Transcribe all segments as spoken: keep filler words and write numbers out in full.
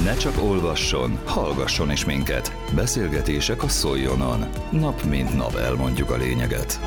Ne csak olvasson, hallgasson is minket. Beszélgetések a Szoljonon. Nap mint nap elmondjuk a lényeget.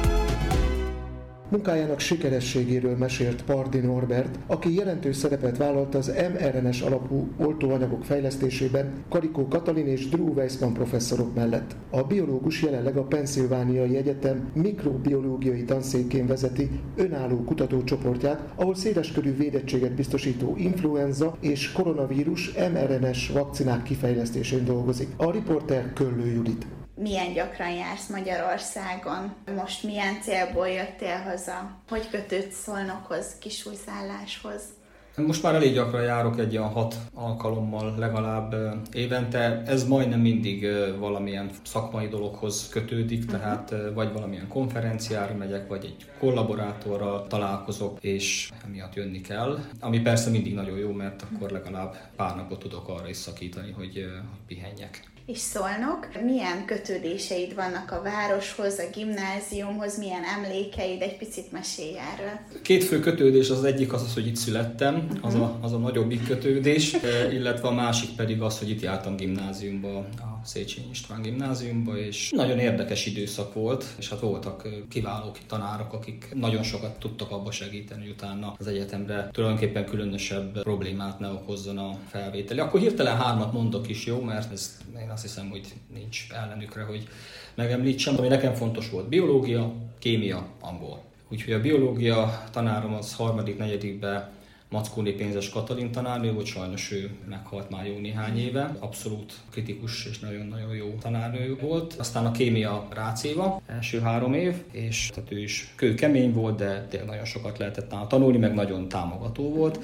Munkájának sikerességéről mesélt Pardi Norbert, aki jelentős szerepet vállalt az em er en es alapú oltóanyagok fejlesztésében Karikó Katalin és Drew Weissman professzorok mellett. A biológus jelenleg a Pennsylvaniai Egyetem mikrobiológiai tanszékén vezeti önálló kutatócsoportját, ahol széleskörű védettséget biztosító influenza és koronavírus em er en es vakcinák kifejlesztésén dolgozik. A riporter Köllő Judit. Milyen gyakran jársz Magyarországon? Most milyen célból jöttél haza? Hogy kötődsz Szolnokhoz, Kisújszálláshoz? Most már elég gyakran járok, egy olyan hat alkalommal legalább évente. Ez majdnem mindig valamilyen szakmai dologhoz kötődik, tehát vagy valamilyen konferenciára megyek, vagy egy kollaborátorral találkozok, és emiatt jönni kell. Ami persze mindig nagyon jó, mert akkor legalább pár napot tudok arra is szakítani, hogy, hogy pihenjek. És Szolnok, milyen kötődéseid vannak a városhoz, a gimnáziumhoz, milyen emlékeid? Egy picit mesélj erről. Két fő kötődés, az egyik az, az hogy itt születtem, az a, az a nagyobbik kötődés, illetve a másik pedig az, hogy itt jártam gimnáziumba, a Széchenyi István gimnáziumba, és nagyon érdekes időszak volt, és hát voltak kiváló tanárok, akik nagyon sokat tudtak abba segíteni, hogy utána az egyetemre tulajdonképpen különösebb problémát ne okozzon a felvételi. Akkor hirtelen hármat mondok is, jó, mert ez, én azt hiszem, hogy nincs ellenükre, hogy megemlítsem. Ami nekem fontos volt: biológia, kémia, angol. Úgyhogy a biológia tanárom az harmadik, negyedikben Mackóné Pénzes Katalin tanárnő volt, sajnos ő meghalt már jó néhány éve. Abszolút kritikus és nagyon-nagyon jó tanárnő volt. Aztán a kémia Rácz Éva, első három év, és tehát ő is kőkemény volt, de tényleg nagyon sokat lehetett nála tanulni, meg nagyon támogató volt.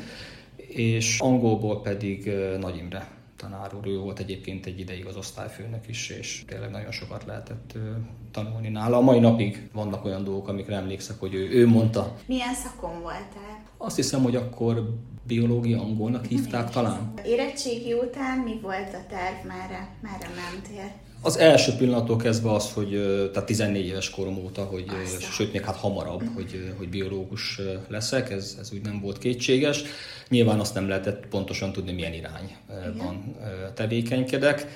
És angolból pedig Nagy Imre tanár úr, ő volt egyébként egy ideig az osztályfőnök is, és tényleg nagyon sokat lehetett tanulni nála. A mai napig vannak olyan dolgok, amikre emlékszek, hogy ő, ő mondta. Milyen szakon voltál? Azt hiszem, hogy akkor biológia angolnak hívták talán. Érettségi után mi volt a terv, merre, merre mentél? Az első pillanattól kezdve az, hogy tehát tizennégy éves korom óta, hogy, sőt még hát hamarabb, uh-huh. hogy, hogy biológus leszek, ez, ez úgy nem volt kétséges. Nyilván azt nem lehetett pontosan tudni, milyen irányban tevékenykedek.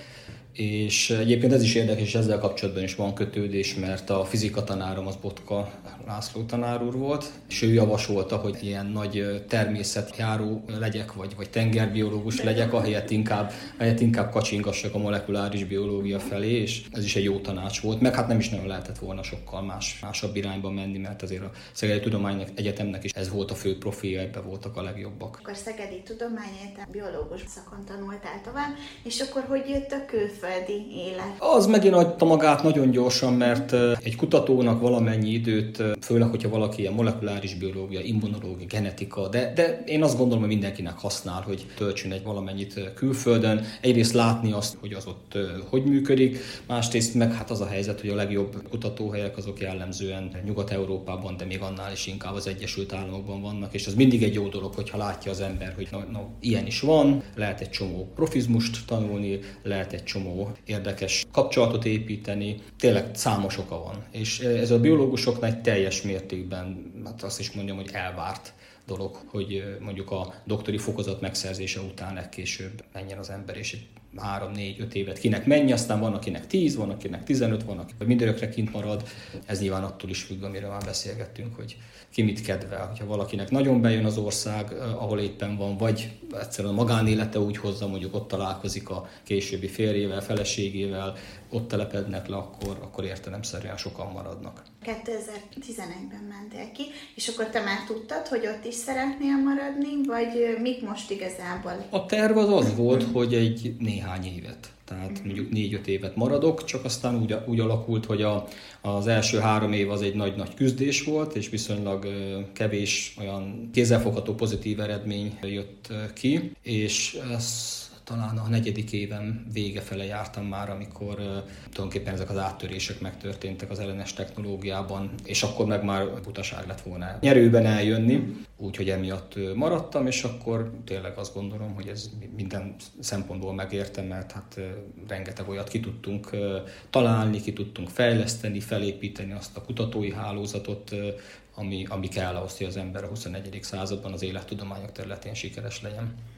És egyébként ez is érdekes, és ezzel kapcsolatban is van kötődés, mert a fizika tanárom az Botka László tanár úr volt, és ő javasolta, hogy ilyen nagy természetjáró legyek, vagy, vagy tengerbiológus legyek, ahelyett inkább, ahelyett inkább kacsingassak a molekuláris biológia felé, és ez is egy jó tanács volt, meg hát nem is nagyon lehetett volna sokkal más, másabb irányba menni, mert azért a Szegedi Tudományos Egyetemnek is ez volt a fő profilja, ebben voltak a legjobbak. Akkor Szegedi Tudományegyetem biológus szakon tanultál tovább, és akkor hogy jött a külföld élet? Az megint adta magát nagyon gyorsan, mert egy kutatónak valamennyi időt, főleg, hogyha valaki ilyen molekuláris biológia, immunológia, genetika, de, de én azt gondolom, hogy mindenkinek használ, hogy töltsön egy valamennyit külföldön. Egyrészt látni azt, hogy az ott hogy működik, másrészt meg hát az a helyzet, hogy a legjobb kutatóhelyek azok jellemzően Nyugat-Európában, de még annál is inkább az Egyesült Államokban vannak, és az mindig egy jó dolog, hogyha látja az ember, hogy na, na, ilyen is van, lehet egy csomó profizmust tanulni, lehet egy csomó érdekes kapcsolatot építeni, tényleg számos oka van. És ez a biológusoknál egy teljes mértékben, hát azt is mondjam, hogy elvárt dolog, hogy mondjuk a doktori fokozat megszerzése után legkésőbb menjen az ember, és egy három, négy, öt évet kinek menj, aztán van akinek tíz, van akinek tizenöt, van aki mindörökre kint marad. Ez nyilván attól is függ, amiről már beszélgettünk, hogy ki mit kedvel. Hogyha valakinek nagyon bejön az ország, ahol éppen van, vagy egyszerűen a magánélete úgy hozza, mondjuk ott találkozik a későbbi férjével, feleségével, ott telepednek le, akkor, akkor értelemszerűen sokan maradnak. kétezer-tizenegyben mentél ki, és akkor te már tudtad, hogy ott is szeretnél maradni, vagy mit most igazából? A terv az az volt, hogy egy néhány évet, tehát mondjuk négy-öt évet maradok, csak aztán úgy, úgy alakult, hogy a, az első három év az egy nagy-nagy küzdés volt, és viszonylag kevés olyan kézzelfogható pozitív eredmény jött ki, és ez talán a negyedik évem vége fele jártam már, amikor uh, tulajdonképpen ezek az áttörések megtörténtek az er en es technológiában, és akkor meg már butaság lett volna nyerőben eljönni, úgyhogy emiatt uh, maradtam, és akkor tényleg azt gondolom, hogy ez minden szempontból megértem, mert hát uh, rengeteg olyat ki tudtunk uh, találni, ki tudtunk fejleszteni, felépíteni azt a kutatói hálózatot, uh, ami, ami kell ahhoz, hogy az ember a huszonegyedik században az élettudományok területén sikeres legyen.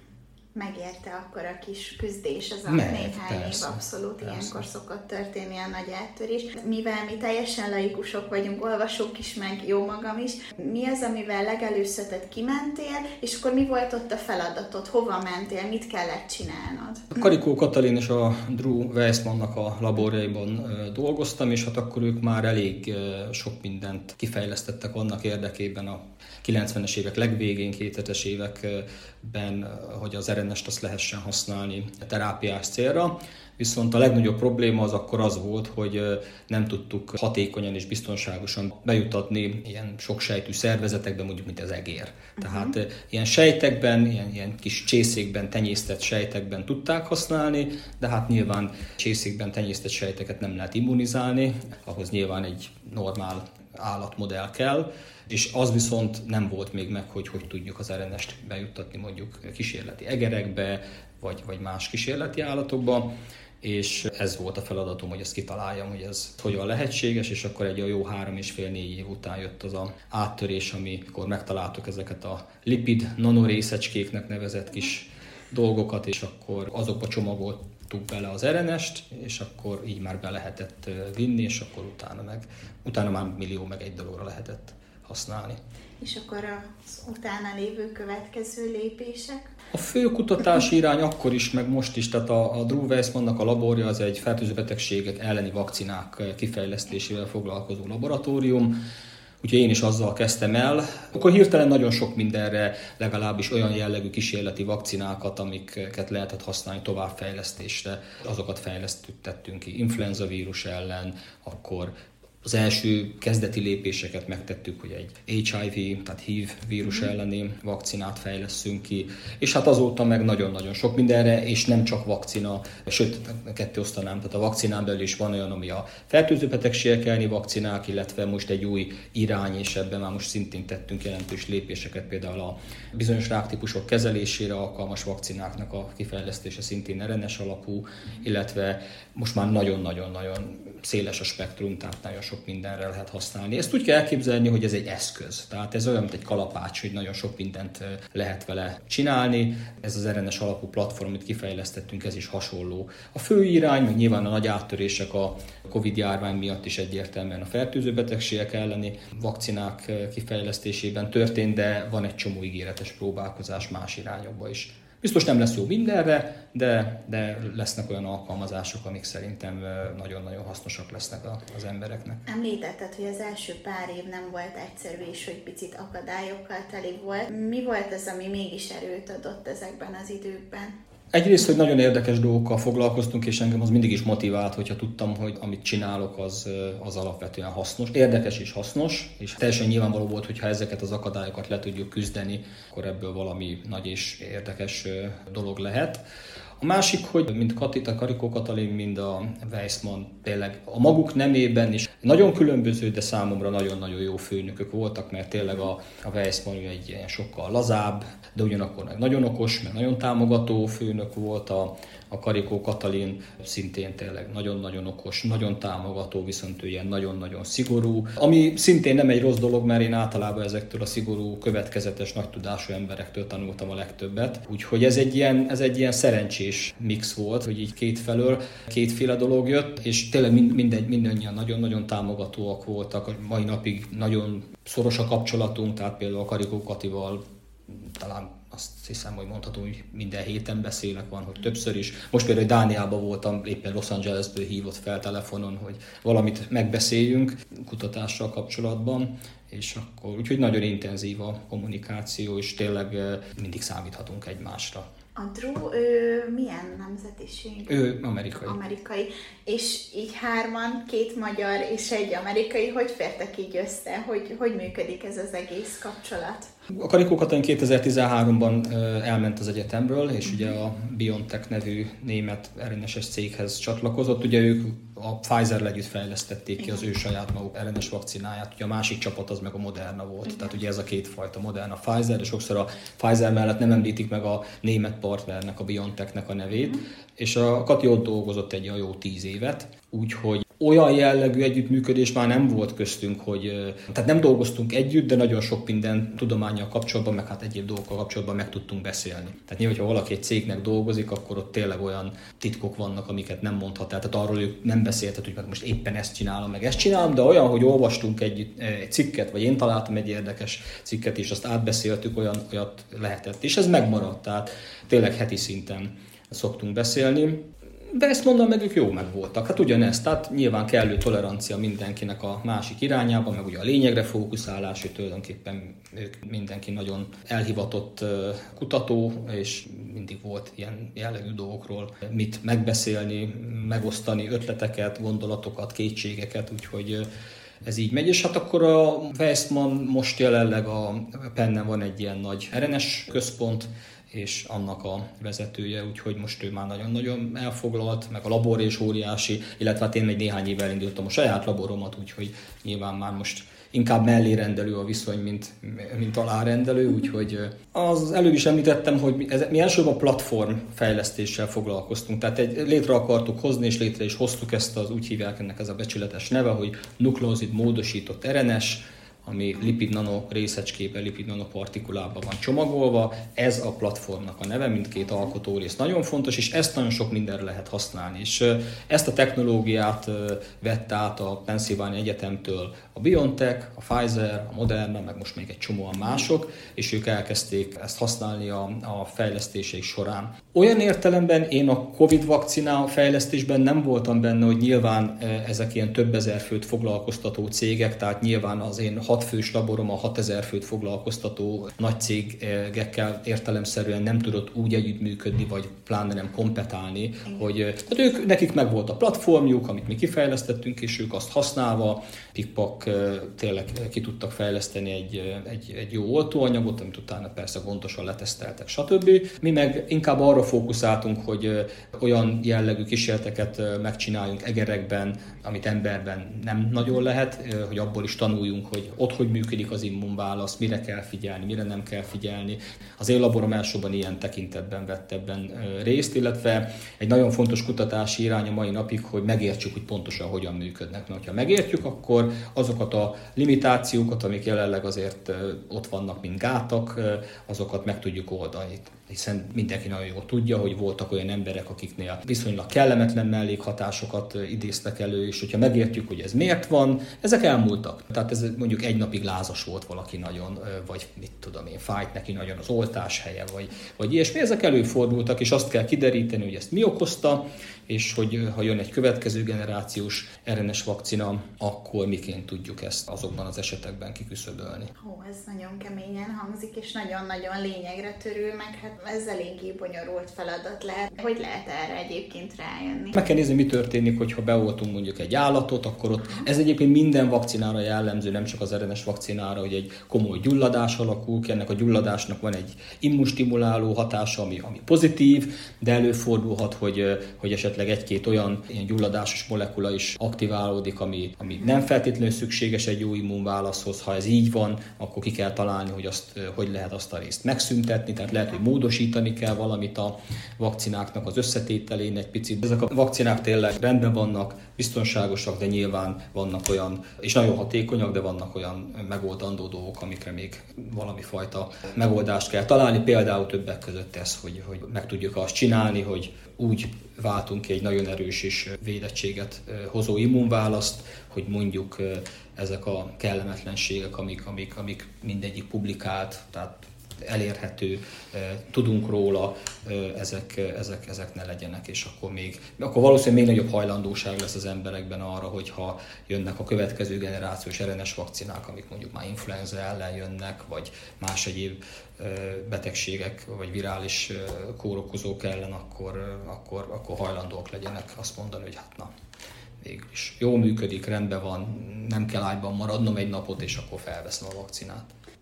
Megérte akkor a kis küzdés, ez a Mert, néhány persze, év, abszolút persze. Ilyenkor szokott történni a nagy áttörés. Mivel mi teljesen laikusok vagyunk, olvasók is, meg jó magam is, mi az, amivel legelőször te kimentél, és akkor mi volt ott a feladatod, hova mentél, mit kellett csinálnod? A Karikó Katalin és a Drew Weissmannnak a laborjaiban dolgoztam, és hát akkor ők már elég sok mindent kifejlesztettek annak érdekében a kilencvenes évek legvégén, kétezres években, hogy az er en est azt lehessen használni terápiás célra. Viszont a legnagyobb probléma az akkor az volt, hogy nem tudtuk hatékonyan és biztonságosan bejutatni ilyen soksejtű szervezetekbe, mondjuk, mint az egér. Uh-huh. Tehát ilyen sejtekben, ilyen, ilyen kis csészékben, tenyésztett sejtekben tudták használni, de hát nyilván csészékben tenyésztett sejteket nem lehet immunizálni, ahhoz nyilván egy normál állatmodell kell, és az viszont nem volt még meg, hogy hogy tudjuk az er en est bejuttatni mondjuk kísérleti egerekbe, vagy, vagy más kísérleti állatokba, és ez volt a feladatom, hogy ezt kitaláljam, hogy ez hogyan lehetséges, és akkor egy jó három és fél négy év után jött az a áttörés, amikor megtaláltuk ezeket a lipid nanorészecskéknek nevezett kis dolgokat, és akkor azokba csomagoltuk bele az er en est, és akkor így már be lehetett vinni, és akkor utána meg, utána már millió meg egy dologra lehetett használni. És akkor az utána lévő következő lépések? A fő kutatási irány akkor is, meg most is, tehát a, a Drew Weissmannnak a laborja az egy fertőző betegségek elleni vakcinák kifejlesztésével foglalkozó laboratórium, úgyhogy én is azzal kezdtem el. Akkor hirtelen nagyon sok mindenre, legalábbis olyan jellegű kísérleti vakcinákat, amiket lehetett használni továbbfejlesztésre, azokat fejlesztettünk ki influenza vírus ellen, akkor az első kezdeti lépéseket megtettük, hogy egy há i vé, tehát há i vé vírus elleni vakcinát fejlesszünk ki, és hát azóta meg nagyon-nagyon sok mindenre, és nem csak vakcina, sőt, kettő osztanám, tehát a vakcinán belül is van olyan, ami a fertőző betegségek elleni vakcinák, illetve most egy új irány, és ebben már most szintén tettünk jelentős lépéseket, például a bizonyos ráktípusok kezelésére alkalmas vakcináknak a kifejlesztése szintén er en es alapú, illetve most már nagyon-nagyon-nagyon széles a spektrum, tehát nagyon sok mindenre lehet használni. Ezt úgy kell elképzelni, hogy ez egy eszköz. Tehát ez olyan, mint egy kalapács, hogy nagyon sok mindent lehet vele csinálni. Ez az er en es alapú platform, amit kifejlesztettünk, ez is hasonló. A fő irány, meg nyilván a nagy áttörések a Covid-járvány miatt is egyértelműen a fertőző betegségek elleni vakcinák kifejlesztésében történt, de van egy csomó ígéretes próbálkozás más irányokba is. Biztos nem lesz jó mindenre, de, de lesznek olyan alkalmazások, amik szerintem nagyon-nagyon hasznosak lesznek az embereknek. Említetted, hogy az első pár év nem volt egyszerű, és hogy picit akadályokkal teli volt. Mi volt az, ami mégis erőt adott ezekben az időkben? Egyrészt, hogy nagyon érdekes dolgokkal foglalkoztunk, és engem az mindig is motivált, hogyha tudtam, hogy amit csinálok, az, az alapvetően hasznos, érdekes és hasznos, és teljesen nyilvánvaló volt, hogy ha ezeket az akadályokat le tudjuk küzdeni, akkor ebből valami nagy és érdekes dolog lehet. A másik, hogy mind Katita, Karikó Katalin, mind a Weissmann tényleg a maguk nemében is nagyon különböző, de számomra nagyon-nagyon jó főnökök voltak, mert tényleg a, a Weissmann egy ilyen sokkal lazább, de ugyanakkor meg nagyon okos, meg nagyon támogató főnök volt, a, a Karikó Katalin szintén tényleg nagyon-nagyon okos, nagyon támogató, viszont ő ilyen nagyon-nagyon szigorú, ami szintén nem egy rossz dolog, mert én általában ezektől a szigorú, következetes, nagy tudású emberektől tanultam a legtöbbet. Úgyhogy ez egy ilyen, ez egy ilyen szerencsés mix volt, hogy így kétfelől, kétféle dolog jött, és tényleg mindegy, mindannyian nagyon-nagyon támogatóak voltak, a mai napig nagyon szoros a kapcsolatunk, tehát például a Karikó Katival talán azt hiszem, hogy mondhatom, hogy minden héten beszélek, van, hogy többször is. Most például Dániában voltam, éppen Los Angelesből hívott fel telefonon, hogy valamit megbeszéljünk kutatással kapcsolatban, és akkor úgyhogy nagyon intenzív a kommunikáció, és tényleg mindig számíthatunk egymásra. A Drew, ő milyen nemzetiség? Ő amerikai. Amerikai. És így hárman, két magyar és egy amerikai, hogy fértek így össze? Hogy, hogy működik ez az egész kapcsolat? A Karikó Katalin kétezer-tizenháromban elment az egyetemről, és ugye a BioNTech nevű német er en es céghez csatlakozott. Ugye ők a Pfizer-rel együtt fejlesztették ki az ő saját maguk er en es vakcináját. Ugye a másik csapat az meg a Moderna volt. Igen. Tehát ugye ez a kétfajta Moderna, Pfizer, de sokszor a Pfizer mellett nem említik meg a német partnernek, a BioNTechnek a nevét. Igen. És a Kati ott dolgozott egy jó tíz évet, úgyhogy olyan jellegű együttműködés már nem volt köztünk, hogy tehát nem dolgoztunk együtt, de nagyon sok minden tudománnyal kapcsolatban, meg hát egyéb dolgokkal kapcsolatban meg tudtunk beszélni. Tehát nyilván, hogyha valaki egy cégnek dolgozik, akkor ott tényleg olyan titkok vannak, amiket nem mondhat el. Tehát arról ők nem beszélhet, hogy meg most éppen ezt csinálom, meg ezt csinálom, de olyan, hogy olvastunk egy, egy cikket, vagy én találtam egy érdekes cikket, és azt átbeszéltük, olyan olyat lehetett. És ez megmaradt, tehát tényleg heti szinten szoktunk beszélni. De ezt mondom, meg ők jó meg voltak. Hát ugyanezt, tehát nyilván kellő tolerancia mindenkinek a másik irányába, meg ugye a lényegre fókuszálás, hogy tulajdonképpen ők mindenki nagyon elhivatott kutató, és mindig volt ilyen jellegű dolgokról mit megbeszélni, megosztani ötleteket, gondolatokat, kétségeket, úgyhogy ez így megy, és hát akkor a Weissman most jelenleg a Pennen van egy ilyen nagy er en es központ, és annak a vezetője, úgyhogy most ő már nagyon-nagyon elfoglalt, meg a labor is óriási, illetve hát én egy néhány évvel elindultam a saját laboromat, úgyhogy nyilván már most inkább mellérendelő a viszony, mint, mint alárendelő, úgyhogy az előbb is említettem, hogy ez, mi elsőbb a platform fejlesztéssel foglalkoztunk, tehát egy, létre akartuk hozni, és létre is hoztuk ezt, az úgy hívják ennek ez a becsületes neve, hogy nukleozid módosított er en es, ami lipid nano részecskében, lipid nanopartikulában van csomagolva. Ez a platformnak a neve, mindkét alkotórész nagyon fontos, és ezt nagyon sok mindenre lehet használni. És ezt a technológiát vette át a Pennsylvania Egyetemtől a BioNTech, a Pfizer, a Moderna, meg most még egy csomóan mások, és ők elkezdték ezt használni a, a fejlesztéseik során. Olyan értelemben én a Covid vakcina fejlesztésben nem voltam benne, hogy nyilván ezek ilyen több ezer főt foglalkoztató cégek, tehát nyilván az én hat fős laborom a hatezer főt foglalkoztató nagy cégekkel értelemszerűen nem tudott úgy együttműködni, vagy pláne nem kompetálni, hogy hát ők, nekik meg volt a platformjuk, amit mi kifejlesztettünk, és ők azt használva, pikpak tényleg ki tudtak fejleszteni egy, egy, egy jó oltóanyagot, amit utána persze gondosan leteszteltek, stb. Mi meg inkább arra fókuszáltunk, hogy olyan jellegű kísérleteket megcsináljunk egerekben, amit emberben nem nagyon lehet, hogy abból is tanuljunk, hogy ott hogy működik az immunválasz, mire kell figyelni, mire nem kell figyelni. Az én laborom elsősorban ilyen tekintetben vett ebben részt, illetve egy nagyon fontos kutatási irány a mai napig, hogy megértsük, hogy pontosan hogyan működnek. Mert ha megértjük, akkor azokat a limitációkat, amik jelenleg azért ott vannak, mint gátak, azokat meg tudjuk oldani. Hiszen mindenki nagyon jól tudja, hogy voltak olyan emberek, akiknél viszonylag kellemetlen mellékhatásokat idéztek elő, és hogyha megértjük, hogy ez miért van, ezek elmúltak. Tehát ez mondjuk egy napig lázas volt valaki nagyon, vagy mit tudom én, fájt neki nagyon az oltás helye, vagy, vagy ilyesmi. Ezek előfordultak, és azt kell kideríteni, hogy ezt mi okozta, és hogy ha jön egy következő generációs er en es vakcina, akkor miként tudjuk ezt azokban az esetekben kiküszöbölni. Ó, ez nagyon keményen hangzik, és nagyon-nagyon lényegre törő, meg hát ez eléggé bonyolult feladat lehet. Hogy lehet erre egyébként rájönni? Meg kell nézni, mi történik, hogyha beoltunk mondjuk egy állatot, akkor ott ez egyébként minden vakcinára jellemző, nem csak az er en es vakcinára, hogy egy komoly gyulladás alakul ki, ennek a gyulladásnak van egy immunstimuláló hatása, ami, ami pozitív, de előfordulhat, hogy, hogy esetleg egy-két olyan ilyen gyulladásos molekula is aktiválódik, ami, ami nem feltétlenül szükséges egy jó immunválaszhoz. Ha ez így van, akkor ki kell találni, hogy azt, hogy lehet azt a részt megszüntetni, tehát lehet, hogy módosítani kell valamit a vakcináknak az összetételén egy picit. Ezek a vakcinák tényleg rendben vannak, biztonságosak, de nyilván vannak olyan, és nagyon hatékonyak, de vannak olyan megoldandó dolgok, amikre még valami fajta megoldást kell találni. Például többek között ez, hogy, hogy meg tudjuk azt csinálni, hogy úgy váltunk ki egy nagyon erős és védettséget hozó immunválaszt, hogy mondjuk ezek a kellemetlenségek, amik, amik, amik mindegyik publikált, tehát elérhető, tudunk róla, ezek, ezek, ezek ne legyenek, és akkor, még, akkor valószínűleg még nagyobb hajlandóság lesz az emberekben arra, hogyha jönnek a következő generációs er en es vakcinák, amik mondjuk már influenza ellen jönnek, vagy más egyéb betegségek, vagy virális kórokozók ellen, akkor, akkor, akkor hajlandóak legyenek azt mondani, hogy hát na, végül is jó működik, rendben van, nem kell ágyban maradnom egy napot, és akkor felveszem a vakcinát.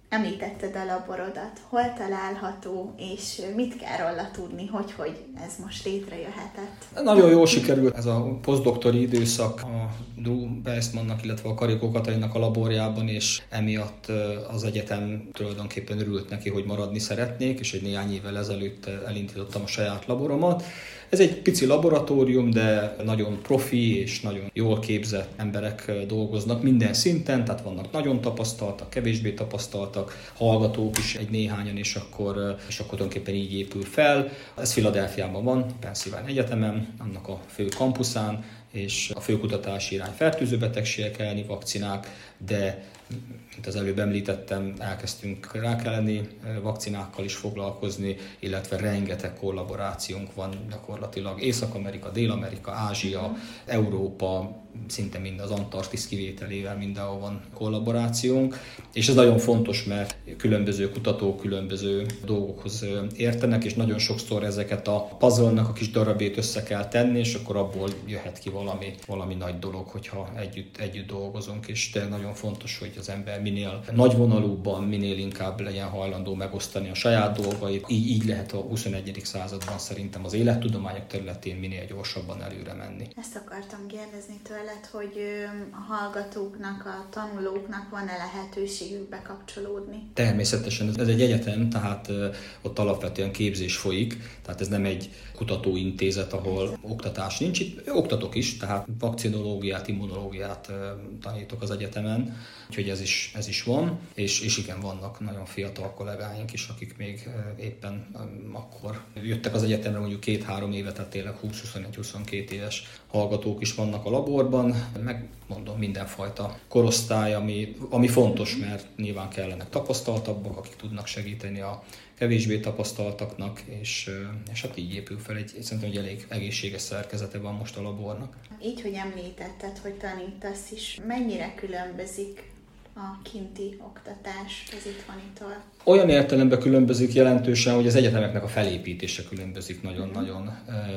Említetted a laborodat, hol található, és mit kell róla tudni, hogy, hogy ez most létrejöhetett? Nagyon jól sikerült ez a posztdoktori időszak a Drew Weissmannak, illetve a Karikó Katalinnak a laborjában, és emiatt az egyetem tulajdonképpen örült neki, hogy maradni szeretnék, és egy néhány évvel ezelőtt elindítottam a saját laboromat. Ez egy pici laboratórium, de nagyon profi és nagyon jól képzett emberek dolgoznak minden szinten, tehát vannak nagyon tapasztaltak, kevésbé tapasztaltak, hallgatók is egy néhányan, és akkor, és akkor tulajdonképpen így épül fel. Ez Philadelphiában van, Pennsylvania Egyetemen, annak a fő kampuszán, és a főkutatási irány fertőzőbetegségek elleni vakcinák, de mint az előbb említettem, elkezdtünk rák elleni vakcinákkal is foglalkozni, illetve rengeteg kollaborációnk van gyakorlatilag Észak-Amerika, Dél-Amerika, Ázsia, Európa, szinte mind az Antarktisz kivételével mindenhol van kollaborációnk, és ez nagyon fontos, mert különböző kutatók különböző dolgokhoz értenek, és nagyon sokszor ezeket a puzzle-nak a kis darabét össze kell tenni, és akkor abból jöhet ki valami, valami nagy dolog, hogyha együtt, együtt dolgozunk, és de nagyon fontos, hogy az ember minél nagyvonalúbban, minél inkább legyen hajlandó megosztani a saját dolgait. Így, így lehet a huszonegyedik században szerintem az élettudományok területén minél gyorsabban előre menni. Ezt akartam kérdezni tőled, hogy a hallgatóknak, a tanulóknak van-e lehetőségük bekapcsolódni? Természetesen ez egy egyetem, tehát ott alapvetően képzés folyik, tehát ez nem egy kutatóintézet, ahol oktatás nincs. Itt oktatok is, tehát vakcinológiát, immunológiát tanítok az egyetemen, úgyhogy ez is, ez is van, és, és igen, vannak nagyon fiatal kollégáink is, akik még éppen akkor jöttek az egyetemre mondjuk két-három éve, tehát tényleg húsz-huszonegy-huszonkettő éves hallgatók is vannak a laborban, meg mondom mindenfajta korosztály, ami, ami fontos, mert nyilván kellenek tapasztaltabbak, akik tudnak segíteni a kevésbé tapasztaltaknak, és, és hát így épül fel egy, szerintem egy elég egészséges szerkezete van most a labornak. Így, hogy említetted, hogy tanítasz is, mennyire különbözik a kinti oktatás az itthonitól? Olyan értelemben különbözik jelentősen, hogy az egyetemeknek a felépítése különbözik nagyon-nagyon.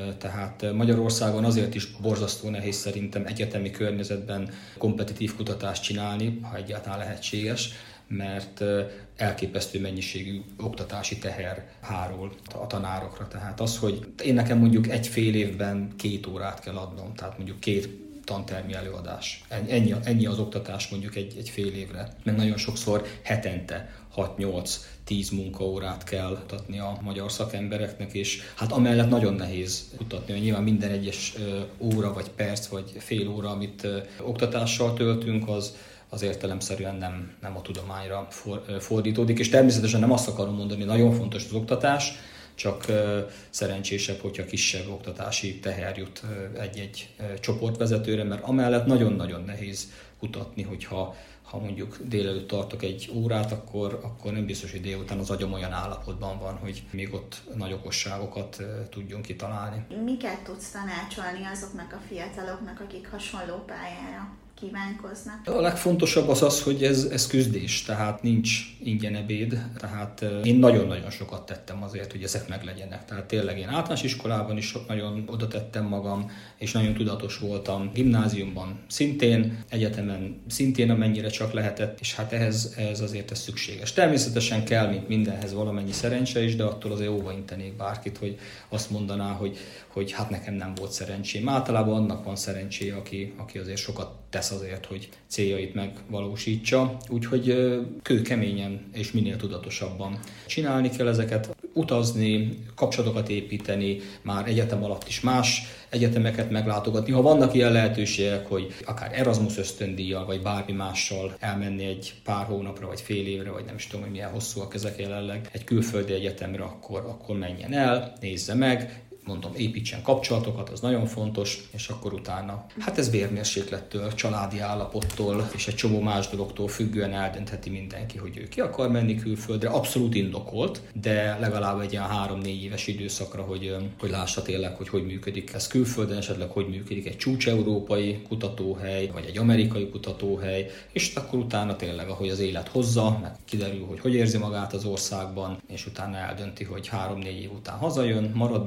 Tehát Magyarországon azért is borzasztó nehéz szerintem egyetemi környezetben kompetitív kutatást csinálni, ha egyáltalán lehetséges, mert elképesztő mennyiségű oktatási teher hárul a tanárokra. Tehát az, hogy én nekem mondjuk egy fél évben két órát kell adnom, tehát mondjuk két tantermi előadás. Ennyi, ennyi az oktatás mondjuk egy, egy fél évre. Mert nagyon sokszor hetente hat-nyolc-tíz munkaórát kell kutatni a magyar szakembereknek, és hát amellett nagyon nehéz kutatni, mert nyilván minden egyes óra, vagy perc, vagy fél óra, amit oktatással töltünk, az az értelemszerűen nem, nem a tudományra fordítódik, és természetesen nem azt akarom mondani, hogy nagyon fontos az oktatás, csak szerencsésebb, hogyha kisebb oktatási teher jut egy-egy csoportvezetőre, mert amellett nagyon-nagyon nehéz kutatni, hogyha ha mondjuk délelőtt tartok egy órát, akkor, akkor nem biztos, hogy délután az agyam olyan állapotban van, hogy még ott nagy okosságokat tudjunk kitalálni. Miket tudsz tanácsolni azoknak a fiataloknak, akik hasonló pályára kívánkoznak? A legfontosabb az az, hogy ez, ez küzdés, tehát nincs ingyen ebéd, tehát én nagyon-nagyon sokat tettem azért, hogy ezek meglegyenek. Tehát tényleg én általános iskolában is nagyon oda tettem magam, és nagyon tudatos voltam. Gimnáziumban szintén, egyetemen szintén amennyire csak lehetett, és hát ehhez, ehhez azért ez szükséges. Természetesen kell, mint mindenhez valamennyi szerencse is, de attól azért óva intenék bárkit, hogy azt mondaná, hogy, hogy hát nekem nem volt szerencsém. Általában annak van szerencséje, aki, aki azért sokat tesz azért, hogy céljait megvalósítsa. Úgyhogy kőkeményen és minél tudatosabban csinálni kell ezeket, utazni, kapcsolatokat építeni, már egyetem alatt is más egyetemeket meglátogatni. Ha vannak ilyen lehetőségek, hogy akár Erasmus ösztöndíjjal, vagy bármi mással elmenni egy pár hónapra, vagy fél évre, vagy nem is tudom, hogy milyen hosszúak ezek jelenleg, egy külföldi egyetemre, akkor, akkor menjen el, nézze meg, mondom, építsen kapcsolatokat, az nagyon fontos, és akkor utána, hát ez vérmérséklettől, családi állapottól, és egy csomó más dologtól függően eldöntheti mindenki, hogy ő ki akar menni külföldre. Abszolút indokolt, de legalább egy ilyen három-négy éves időszakra, hogy, hogy lássa tényleg, hogy hogy működik ez külföldön, esetleg hogy működik egy csúcs-európai kutatóhely, vagy egy amerikai kutatóhely, és akkor utána tényleg, ahogy az élet hozza, meg kiderül, hogy hogy érzi magát az országban, és utána eldönti, hogy három-négy év után hazajön, marad még öt év,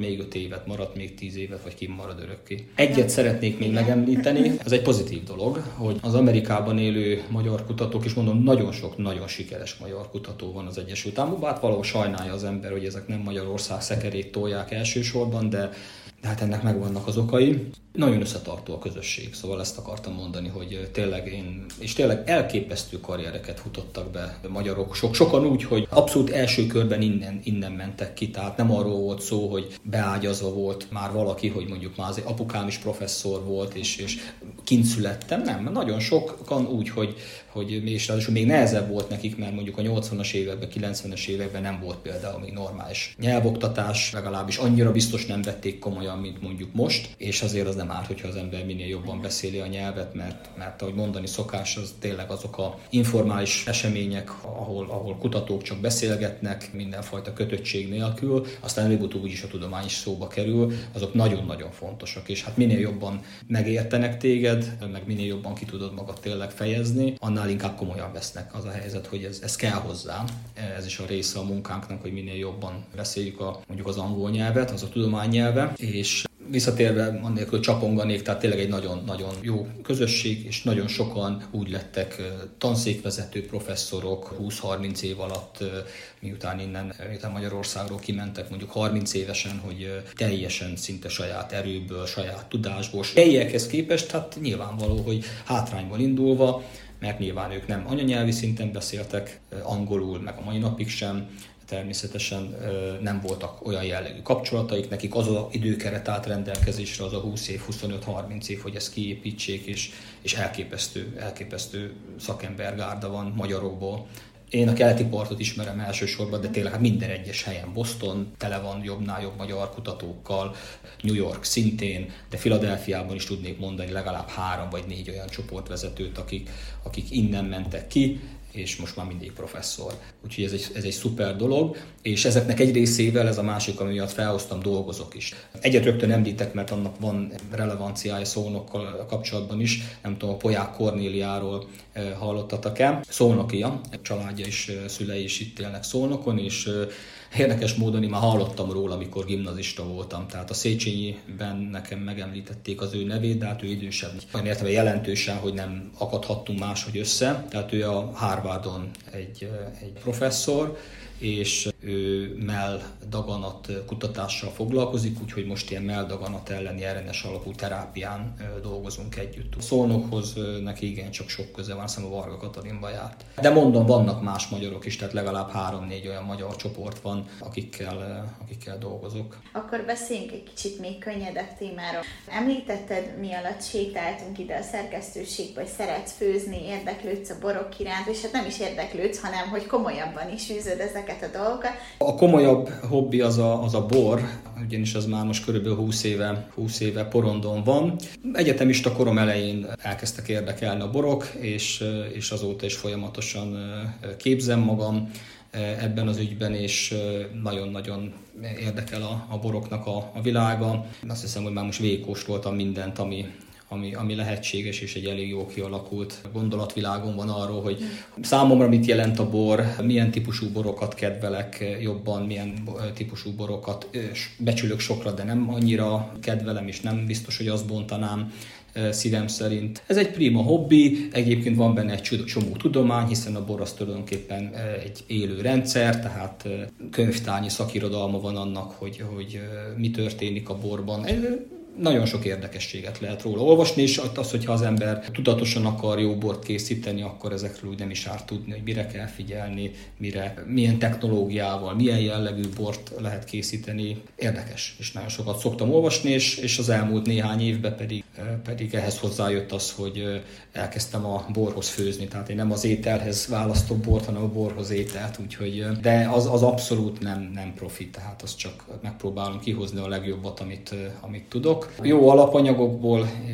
évet, maradt még tíz évet, vagy kim marad örökké. Egyet szeretnék még megemlíteni, ez egy pozitív dolog, hogy az Amerikában élő magyar kutatók, és mondom, nagyon sok, nagyon sikeres magyar kutató van az Egyesült Államokban, hát valahol sajnálja az ember, hogy ezek nem Magyarország szekerét tolják elsősorban, de de hát ennek megvannak az okai. Nagyon összetartó a közösség, szóval ezt akartam mondani, hogy tényleg én, és tényleg elképesztő karriereket futottak be magyarok, sok, sokan úgy, hogy abszolút első körben innen, innen mentek ki, tehát nem arról volt szó, hogy beágyazva volt már valaki, hogy mondjuk már az apukám is professzor volt, és, és kint születtem, nem, nagyon sokan úgy, hogy, hogy és ráadásul még nehezebb volt nekik, mert mondjuk a nyolcvanas években, kilencvenes években nem volt például még normális nyelvoktatás, legalábbis annyira biztos nem vették komolyan, mint mondjuk most, és azért az nem árt, hogyha az ember minél jobban beszéli a nyelvet, mert, mert ahogy mondani szokás, az tényleg azok a informális események, ahol, ahol kutatók csak beszélgetnek, mindenfajta kötöttség nélkül, aztán előbb-utóbb úgyis a tudomány is szóba kerül, azok nagyon-nagyon fontosak, és hát minél jobban megértenek téged, meg minél jobban ki tudod magad tényleg fejezni, annál inkább komolyan vesznek. Az a helyzet, hogy ez, ez kell hozzá, ez is a része a munkánknak, hogy minél jobban beszéljük a, mondjuk az angol nyelvet, az a tudománynyelve, és visszatérve annélkül csaponganék, tehát tényleg egy nagyon-nagyon jó közösség, és nagyon sokan úgy lettek tanszékvezető professzorok húsz-harminc év alatt, miután innen, miután Magyarországról kimentek, mondjuk harminc évesen, hogy teljesen szinte saját erőből, saját tudásból. Helyiekhez képest, hát nyilvánvaló, hogy hátrányból indulva, mert nyilván ők nem anyanyelvi szinten beszéltek angolul, meg a mai napig sem, természetesen nem voltak olyan jellegű kapcsolataik, nekik az az időkeret állt rendelkezésre, az a húsz év, huszonöt-harminc év, hogy ezt kiépítsék, és, és elképesztő, elképesztő szakembergárda van magyarokból. Én a keleti partot ismerem elsősorban, de tényleg hát minden egyes helyen, Boston tele van jobbnál jobb magyar kutatókkal, New York szintén, de Philadelphiában is tudnék mondani legalább három vagy négy olyan csoportvezetőt, akik, akik innen mentek ki, és most már mindig professzor. Úgyhogy ez egy, ez egy szuper dolog, és ezeknek egy részével, ez a másik, ami miatt felhoztam, dolgozok is. Egyet rögtön említek, mert annak van relevanciája Szolnokkal kapcsolatban is, nem tudom, a Poják Kornéliáról hallottatok-e. Szolnokia, családja és szülei is itt élnek Szolnokon, és érdekes módon én már hallottam róla, amikor gimnazista voltam. Tehát a Széchenyiben nekem megemlítették az ő nevét, de hát ő idősebb. Olyan értelme jelentősen, hogy nem akadhattunk máshogy össze. Tehát ő a Harvardon egy, egy professzor, és ő melldaganat kutatással foglalkozik, úgyhogy most ilyen melldaganat elleni er en es alapú terápián dolgozunk együtt. Szolnokhoz neki igen csak sok köze van, hiszem a Varga Katalinba járt. De mondom, vannak más magyarok is, tehát legalább három-négy olyan magyar csoport van, akikkel, akikkel dolgozok. Akkor beszéljünk egy kicsit még könnyedebb témáról. Említetted, mi alatt sétáltunk ide a szerkesztőségbe, hogy szeretsz főzni, érdeklődsz a borok iránt, és hát nem is érdeklődsz, hanem hogy komolyabban is űzöd ezeket a dolgokat. A komolyabb hobbi az a, az a bor, ugyanis az már most körülbelül húsz éve, húsz éve porondon van. Egyetemista korom elején elkezdtek érdekelni a borok, és, és azóta is folyamatosan képzem magam ebben az ügyben, és nagyon-nagyon érdekel a, a boroknak a, a világa. Azt hiszem, hogy már most végigkóstoltam mindent, ami, ami, ami lehetséges, és egy elég jó kialakult gondolatvilágom van arról, hogy számomra mit jelent a bor, milyen típusú borokat kedvelek jobban, milyen típusú borokat becsülök sokra, de nem annyira kedvelem, és nem biztos, hogy azt bontanám szívem szerint. Ez egy prima hobbi, egyébként van benne egy csomó tudomány, hiszen a bor az tulajdonképpen egy élő rendszer, tehát könyvtárnyi szakirodalma van annak, hogy, hogy mi történik a borban. Nagyon sok érdekességet lehet róla olvasni, és az, hogyha az ember tudatosan akar jó bort készíteni, akkor ezekről úgy nem is árt tudni, hogy mire kell figyelni, mire, milyen technológiával, milyen jellegű bort lehet készíteni. Érdekes, és nagyon sokat szoktam olvasni, és, és az elmúlt néhány évben pedig, pedig ehhez hozzájött az, hogy elkezdtem a borhoz főzni. Tehát én nem az ételhez választok bort, hanem a borhoz ételt, úgyhogy, de az, az abszolút nem, nem profit, tehát azt csak megpróbálom kihozni a legjobbat, amit, amit tudok. Jó alapanyagokból, és akkor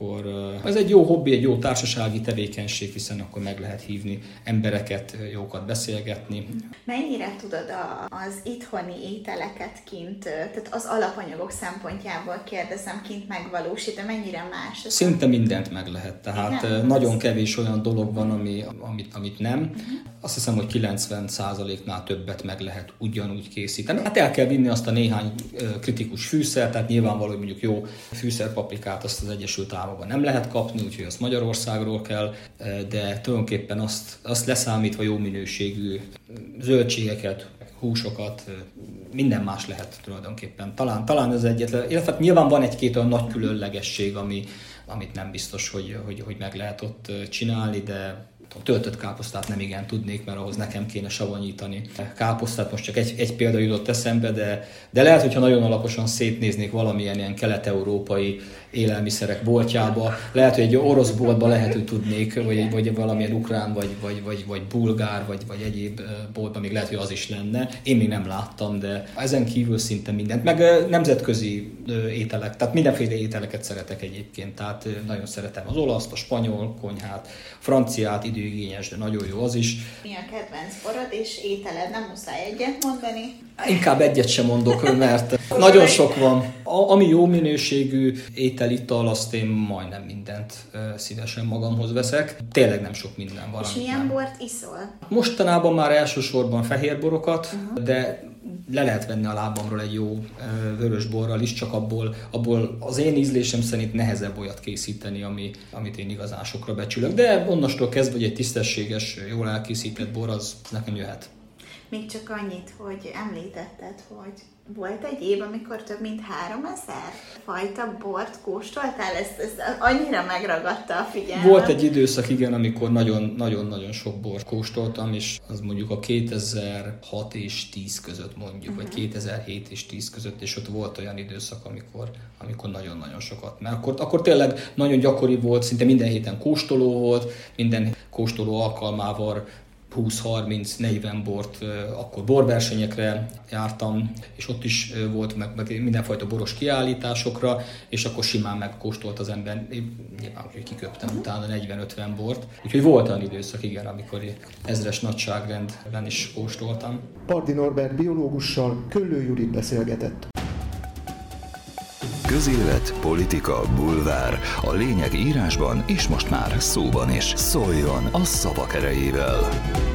akkor ez egy jó hobbi, egy jó társasági tevékenység, hiszen akkor meg lehet hívni embereket, jókat beszélgetni. Mennyire tudod az itthoni ételeket kint, tehát az alapanyagok szempontjából kérdezem, kint megvalósítani, mennyire más? Szinte mindent meg lehet, tehát igen? Nagyon kevés olyan dolog van, ami, amit, amit nem. Uh-huh. Azt hiszem, hogy kilencven százaléknál többet meg lehet ugyanúgy készíteni. Hát el kell vinni azt a néhány kritikus fűszert, tehát nyilvánvaló, hogy mondjuk jó fűszerpaprikát azt az Egyesült Államokban nem lehet kapni, úgyhogy azt Magyarországról kell, de tulajdonképpen azt, azt leszámítva jó minőségű zöldségeket, húsokat, minden más lehet tulajdonképpen. Talán, talán ez egyetlen, illetve nyilván van egy-két olyan nagy különlegesség, ami, amit nem biztos, hogy, hogy, hogy meg lehet ott csinálni, de a töltött káposztát nem igen tudnék, mert ahhoz nekem kéne savanyítani. Káposztát most csak egy, egy példa jutott eszembe, de, de lehet, hogyha nagyon alaposan szétnéznék valamilyen ilyen kelet-európai élelmiszerek boltjába, lehet, hogy egy orosz boltba lehet, hogy tudnék, vagy, vagy valamilyen ukrán, vagy, vagy, vagy, vagy bulgár, vagy, vagy egyéb boltban még lehet, hogy az is lenne. Én még nem láttam, de ezen kívül szinte mindent. Meg nemzetközi ételek, tehát mindenféle ételeket szeretek egyébként, tehát nagyon szeretem az olaszt, a spanyol konyhát, franciát, időigényes, de nagyon jó az is. Mi a kedvenc borod és ételed? Nem muszáj egyet mondani? Inkább egyet sem mondok, mert nagyon sok van. A, ami jó minőségű étel, ital, azt én majdnem mindent szívesen magamhoz veszek. Tényleg nem sok minden van. És milyen bort iszol? Mostanában már elsősorban fehérborokat, uh-huh. de le lehet venni a lábamról egy jó vörös borral is, csak abból, abból az én ízlésem szerint nehezebb olyat készíteni, ami, amit én igazán sokra becsülök. De onnastól kezdve, hogy egy tisztességes, jól elkészített bor, az nekem jöhet. Még csak annyit, hogy említetted, hogy volt egy év, amikor több mint háromezer fajta bort kóstoltál? Ez, ez annyira megragadta a figyelmet. Volt egy időszak, igen, amikor nagyon-nagyon sok bort kóstoltam, és az mondjuk a kétezer-hat és tíz között mondjuk, uh-huh. vagy kétezer-hét és tíz között, és ott volt olyan időszak, amikor, amikor nagyon-nagyon sokat. Mert akkor, akkor tényleg nagyon gyakori volt, szinte minden héten kóstoló volt, minden kóstoló alkalmával húsz-harminc-negyven bort, akkor borversenyekre jártam, és ott is volt meg, meg mindenfajta boros kiállításokra, és akkor simán megkóstolt az ember, nyilván, hogy kiköptem utána negyven-ötven bort. Úgyhogy volt olyan időszak, igen, amikor ezres nagyságrendben is kóstoltam. Pardi Norbert biológussal Köllő Judit beszélgetett. Közélet, politika, bulvár. A lényeg írásban és most már szóban is. Szóljon a szavak erejével!